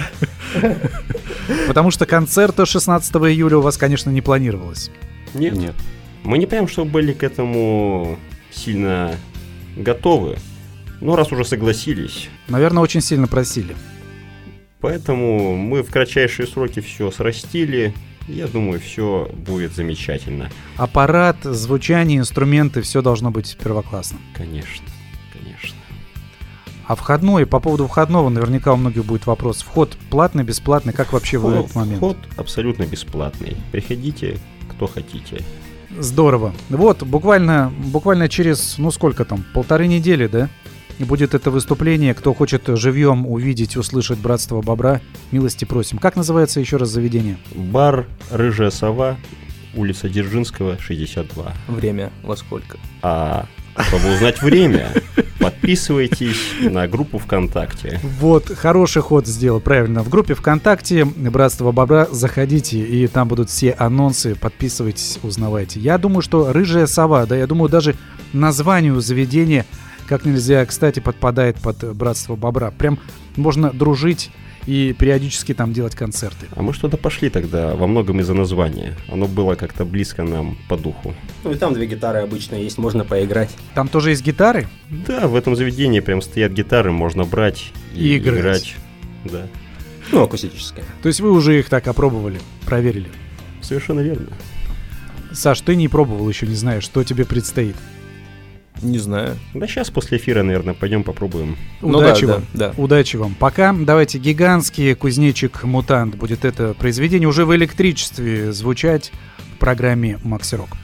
Потому что концерта 16 июля у вас, конечно, не планировалось. Нет. Мы не прям, что были к этому сильно готовы, но раз уже согласились. Наверное, очень сильно просили. Поэтому мы в кратчайшие сроки все срастили. Я думаю, все будет замечательно. Аппарат, звучание, инструменты, все должно быть первоклассно. Конечно, конечно. А входной, по поводу входного, наверняка у многих будет вопрос. Вход платный, бесплатный, как вообще в этот момент? Вход абсолютно бесплатный. Приходите, кто хотите. Здорово. Вот, буквально через, сколько там, 1,5 недели, да? Будет это выступление. Кто хочет живьем увидеть, услышать Братство Бобра, милости просим. Как называется еще раз заведение? Бар «Рыжая сова», улица Дзержинского, 62. Время во сколько? Чтобы узнать время, подписывайтесь на группу ВКонтакте. Вот, хороший ход сделал, правильно. В группе ВКонтакте Братство Бобра заходите, и там будут все анонсы, подписывайтесь, узнавайте. Я думаю, что «Рыжая сова», да, я думаю, даже названию заведения как нельзя, кстати, подпадает под Братство Бобра. Прям можно дружить и периодически там делать концерты. А мы что-то пошли тогда во многом из-за названия. Оно было как-то близко нам по духу. Ну и там 2 гитары обычно есть, можно поиграть. Там тоже есть гитары? Да, в этом заведении прям стоят гитары, можно брать и играть. Да. Ну, акустическая. То есть вы уже их так опробовали, проверили? Совершенно верно. Саш, ты не пробовал еще, не знаешь, что тебе предстоит? Не знаю. Да сейчас после эфира, наверное, пойдем попробуем. Удачи вам. Да. Удачи вам. Пока давайте гигантский кузнечик-мутант. Будет это произведение уже в электричестве звучать в программе «Макси Рок».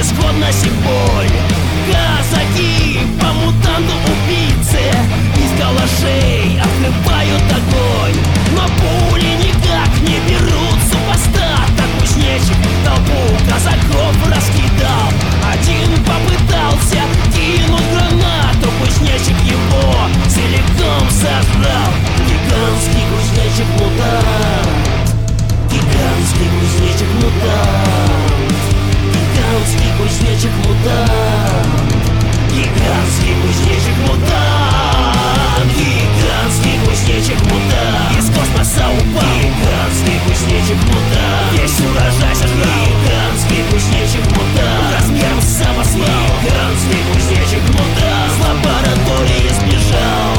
безысходность и боль. Казаки по мутанту убийцы из калашей открывают огонь, но пули никак не берут супостат. Так кузнечик толпу казаков раскидал. Один попытался кинуть гранату, кузнечик его целиком сожрал. Гигантский кузнечик-мутант, гигантский кузнечик-мутант, гигантский кузнечик-мутант, гигантский кузнечик-мутант, гигантский кузнечик-мутант, из космоса упал. Гигантский кузнечик-мутант, весь урожай сожрал. Гигантский кузнечик-мутант, размером с самосвал. Гигантский кузнечик-мутант, с лаборатории сбежал.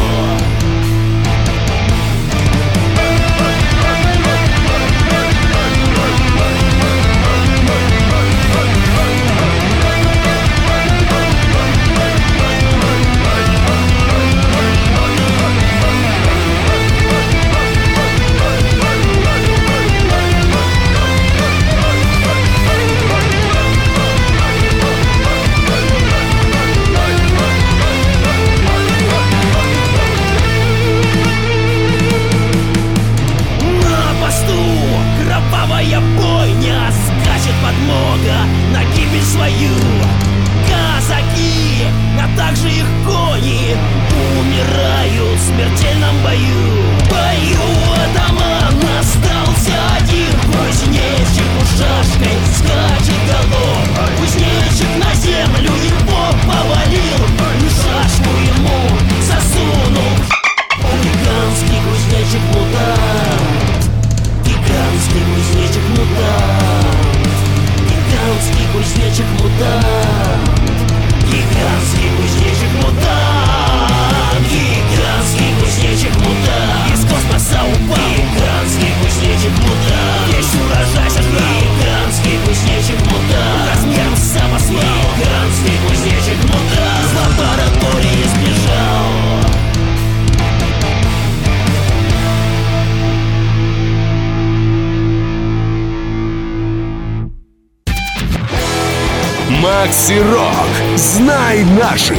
Подмога на гибель свою. Казаки, а также их кони умирают в смертельном бою. В бою атаман остался один. Кузнечик ушашкой скачет голов. Кузнечик на землю его повалил и шашку ему засунул. Гигантский кузнечик-мутант, гигантский кузнечик-мутант, гигантский кузнечик-мутант, гигантский кузнечик-мутант, гигантский кузнечик-мутант, из космоса упал. Гигантский кузнечик-мутант, весь урожай сожрал. Гигантский кузнечик-мутант, размером с самосвал. Гигантский кузнечик-мутант, с лаборатории сбежал. Макси Рок. Знай наших.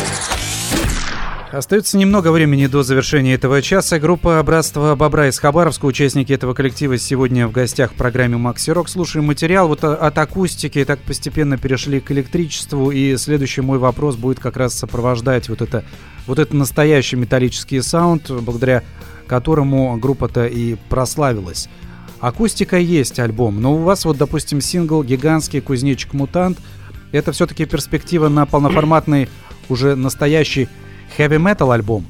Остается немного времени до завершения этого часа. Группа «Братство Бобра» из Хабаровска, участники этого коллектива, сегодня в гостях в программе «Макси Рок». Слушаем материал. Вот от акустики так постепенно перешли к электричеству. И следующий мой вопрос будет как раз сопровождать вот это настоящий металлический саунд, благодаря которому группа-то и прославилась. Акустика есть, альбом, но у вас вот, допустим, сингл «Гигантский кузнечик-мутант». Это все-таки перспектива на полноформатный, уже настоящий хэви-метал альбом?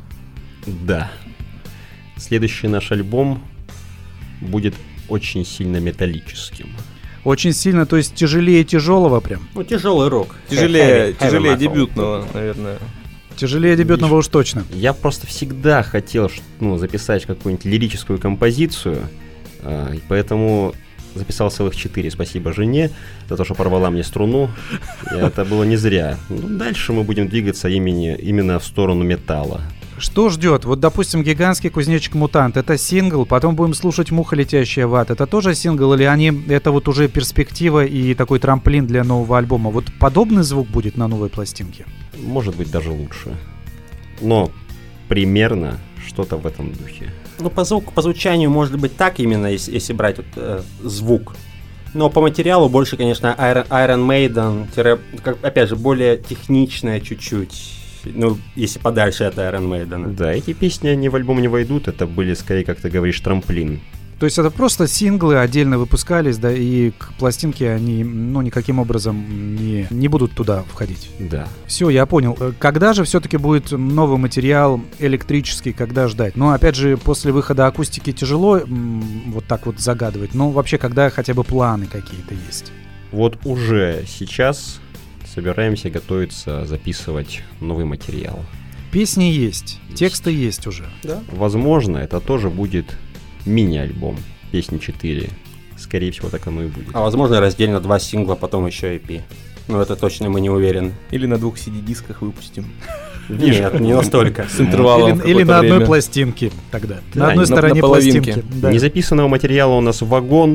Да. Следующий наш альбом будет очень сильно металлическим. Очень сильно, то есть тяжелее тяжелого прям? Ну, тяжелый рок. Тяжелее дебютного, наверное. Тяжелее дебютного уж точно. Я просто всегда хотел записать какую-нибудь лирическую композицию, и поэтому записал целых 4. Спасибо жене за то, что порвала мне струну. И это было не зря. Дальше мы будем двигаться именно в сторону металла. Что ждет? Вот, допустим, «Гигантский кузнечик-мутант» — это сингл, потом будем слушать «Муха, летящая в ад». Это тоже сингл или это вот уже перспектива и такой трамплин для нового альбома? Вот подобный звук будет на новой пластинке? Может быть, даже лучше. Но примерно что-то в этом духе. Ну, по звучанию может быть так именно, если брать звук. Но по материалу больше, конечно, Iron Maiden, опять же, более техничная чуть-чуть. Ну, если подальше от Iron Maiden. Да, эти песни, они в альбом не войдут, это были, скорее, как ты говоришь, трамплин. То есть это просто синглы отдельно выпускались, да, и к пластинке они, никаким образом не будут туда входить. Да. Все, я понял. Когда же все-таки будет новый материал электрический, когда ждать? Ну, опять же, после выхода акустики тяжело вот так вот загадывать, но вообще, когда хотя бы планы какие-то есть? Вот уже сейчас собираемся готовиться записывать новый материал. Песни есть, тексты есть уже. Да. Возможно, это тоже будет мини-альбом, песни 4. Скорее всего, так оно и будет. А возможно, раздельно 2 сингла, потом еще EP. Но это точно мы не уверены. Или на 2 CD-дисках выпустим. Нет, не настолько. С интервалом. Или на одной пластинке тогда. Да, на одной стороне пластинки. Да. Незаписанного материала у нас вагон.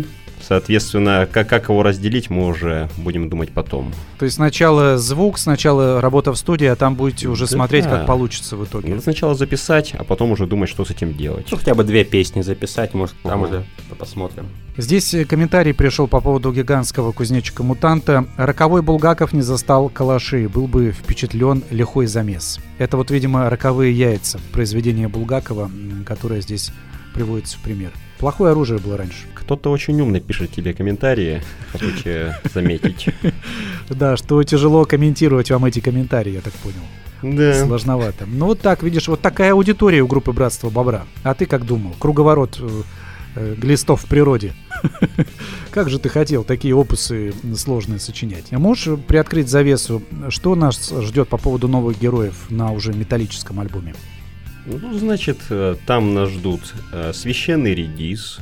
Соответственно, как его разделить, мы уже будем думать потом. То есть сначала звук, сначала работа в студии, а там будете уже смотреть, да. как получится в итоге. Надо сначала записать, а потом уже думать, что с этим делать. Ну, хотя бы 2 песни записать, может, там уже посмотрим. Здесь комментарий пришел по поводу гигантского кузнечика-мутанта. Роковой Булгаков не застал калаши, был бы впечатлен лихой замес. Это вот, видимо, роковые яйца, произведение Булгакова, которое здесь приводится в пример. Плохое оружие было раньше. Кто-то очень умно пишет тебе комментарии, хотите заметить. Да, что тяжело комментировать вам эти комментарии, я так понял. Да. Сложновато. Ну вот так, видишь, вот такая аудитория у группы «Братство Бобра». А ты как думал? Круговорот глистов в природе. Как же ты хотел такие опусы сложные сочинять? А можешь приоткрыть завесу, что нас ждет по поводу новых героев на уже металлическом альбоме? Ну, значит, там нас ждут «Священный редис»,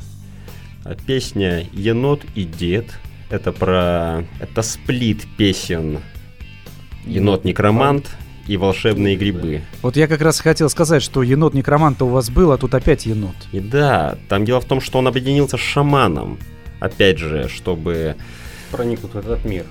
песня «Енот и дед». Это сплит песен «Енот-некромант» и «Волшебные грибы». Вот я как раз хотел сказать, что енот-некромант-то у вас был, а тут опять енот. И да, там дело в том, что он объединился с шаманом, опять же, чтобы проникнуть в этот мир.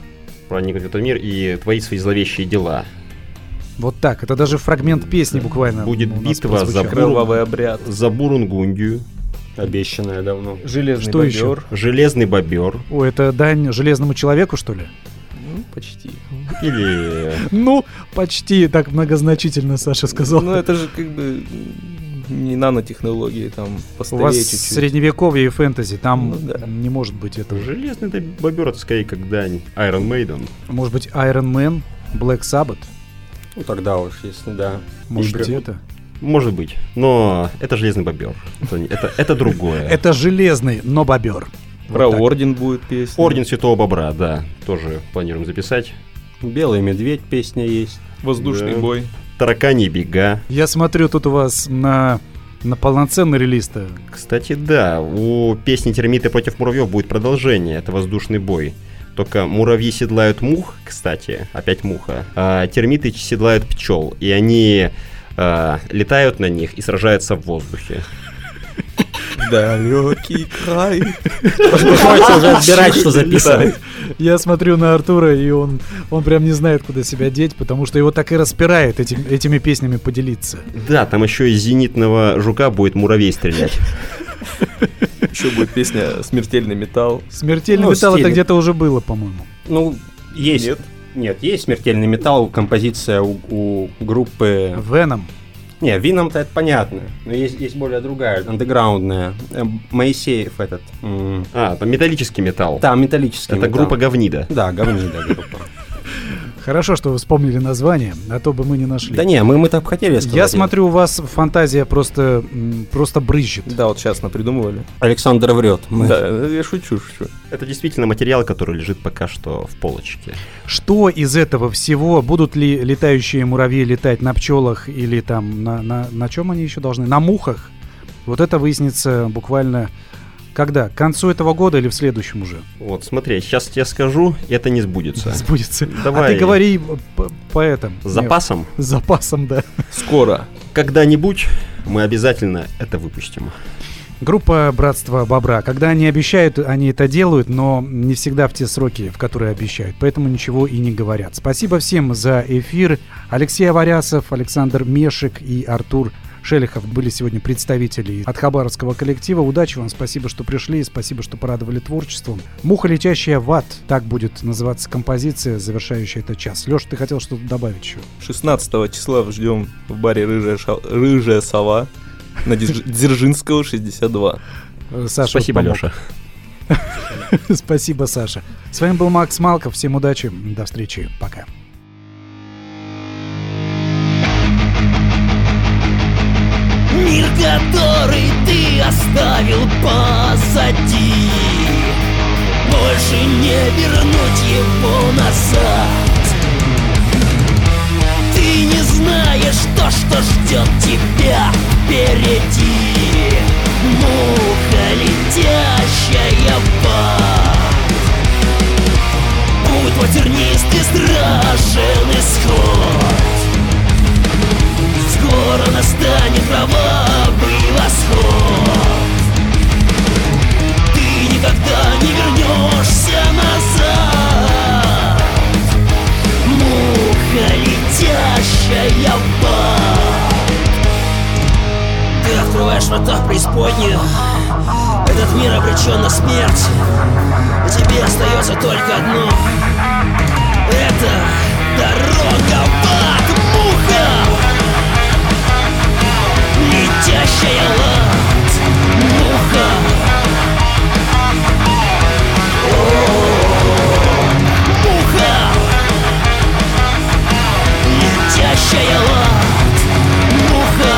И творить свои зловещие дела. Вот так, это даже фрагмент песни буквально. Будет битва кровавый обряд за Бурунгундию. Обещанная давно. Железный что бобер. Еще? Железный бобер. О, это дань железному человеку, что ли? Ну, почти. Или... Ну, почти, так многозначительно Саша сказал. Ну, это же как бы не нанотехнологии, там У постарее вас чуть-чуть. средневековье и фэнтези, там Ну да. не может быть этого. Железный бобер, это скорее как дань Iron Maiden. Может быть, Iron Man, Black Sabbath? Ну, тогда уж, если да. Может быть, это? Может быть, но это железный бобер. Это другое. Это железный, но бобер. Про Вот так. орден будет песня. Орден Святого Бобра, да, тоже планируем записать. Белый медведь песня есть. Воздушный Да. бой. Таракани бега. Я смотрю, тут у вас на полноценный релиз-то. Кстати, да, у песни «Термиты против муравьев» будет продолжение, это воздушный бой. Только муравьи седлают мух, кстати, опять муха, а термиты седлают пчел, и они летают на них и сражаются в воздухе. Далекий край. Приходится уже отбирать, что записывать. Я смотрю на Артура, и он прям не знает, куда себя деть, потому что его так и распирает этими песнями поделиться. Да, там еще из зенитного жука будет муравей стрелять. Еще будет песня «Смертельный металл». Смертельный Ну, металл это стиль. где-то уже было, по-моему. Ну, есть. Нет, есть смертельный металл, композиция у группы... Веном. Не, Вином-то это понятно, но есть более другая, андеграундная. Моисеев этот. Там металлический металл. Да, металлический Это металл. группа Говнида. Да, Говнида группа. Хорошо, что вы вспомнили название, а то бы мы не нашли. Да не, мы так хотели сказать. Я смотрю, у вас фантазия просто брызжет. Да, вот сейчас напридумывали. Александр врет. Да, я шучу. Это действительно материал, который лежит пока что в полочке. Что из этого всего? Будут ли летающие муравьи летать на пчелах или там на чем они еще должны? На мухах? Вот это выяснится буквально когда? К концу этого года или в следующем уже? Вот, смотри, сейчас тебе скажу, и это не сбудется. Сбудется. Давай. А ты говори по этому. С запасом? С запасом, да. Скоро. Когда-нибудь мы обязательно это выпустим. Группа «Братство Бобра». Когда они обещают, они это делают, но не всегда в те сроки, в которые обещают. Поэтому ничего и не говорят. Спасибо всем за эфир. Алексей Аварясов, Александр Мешек и Артур Шелихов были сегодня представители от хабаровского коллектива. Удачи вам, спасибо, что пришли, спасибо, что порадовали творчеством. «Муха, летящая в ад», так будет называться композиция, завершающая этот час. Леш, ты хотел что-то добавить еще? 16 числа ждем в баре «Рыжая сова» на Дзержинского, 62. Саша Спасибо, помог. Леша. Спасибо, Саша. С вами был Макс Малков. Всем удачи. До встречи. Пока. Мир, который ты оставил позади, больше не вернуть его назад. Ты не знаешь то, что ждет тебя впереди. Муха, летящая в ад. Путь твой тернистый, страшен исход. Скоро настанет кровавый восход. Ты никогда не вернешься преисподнюю. Этот мир обречен на смерть, и тебе остается только одно. Это дорога в ад, муха, летящая лад, муха. Муха, летящая лад, муха.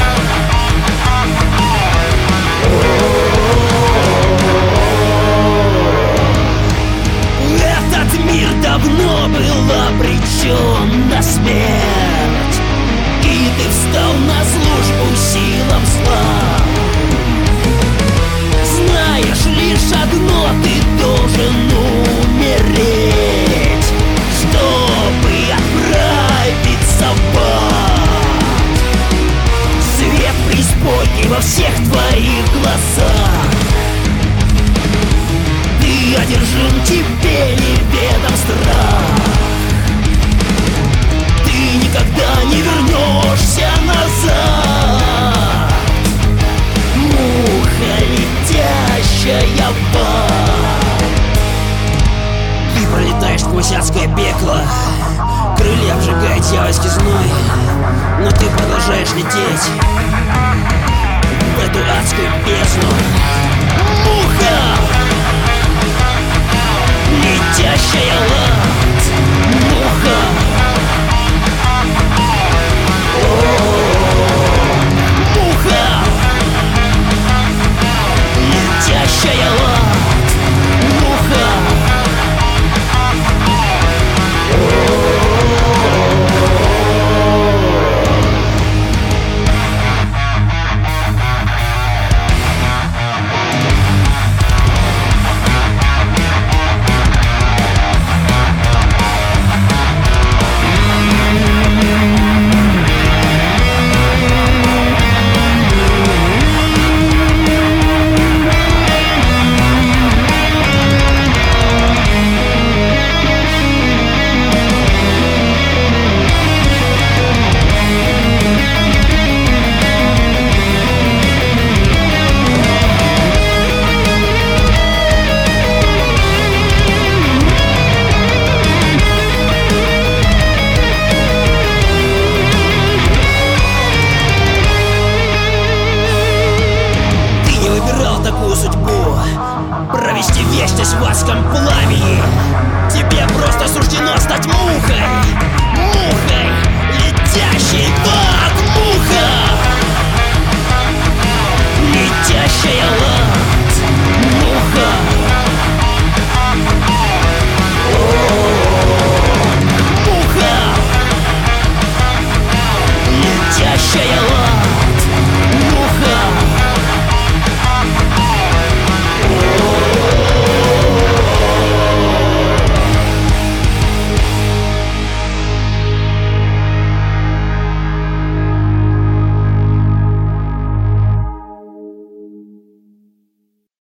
Этот мир давно был обречен на смерть, и ты встал на службу силам зла. Знаешь лишь одно, ты должен умереть, чтобы отправиться в ад. Свет преисподней во всех твоих глазах. Ты одержим, тебе неведом страх. Ты никогда не вернешься назад. Муха, летящая в ад. Ты пролетаешь сквозь адское пекло, крылья обжигает дьявольский зной, но ты продолжаешь лететь в эту адскую бездну. Муха, летящая лад, муха. Муха, летящая лад, муха. Провести вечность в адском пламени. Тебе просто суждено стать мухой. Мухой, летящей в ад, муха. Летящая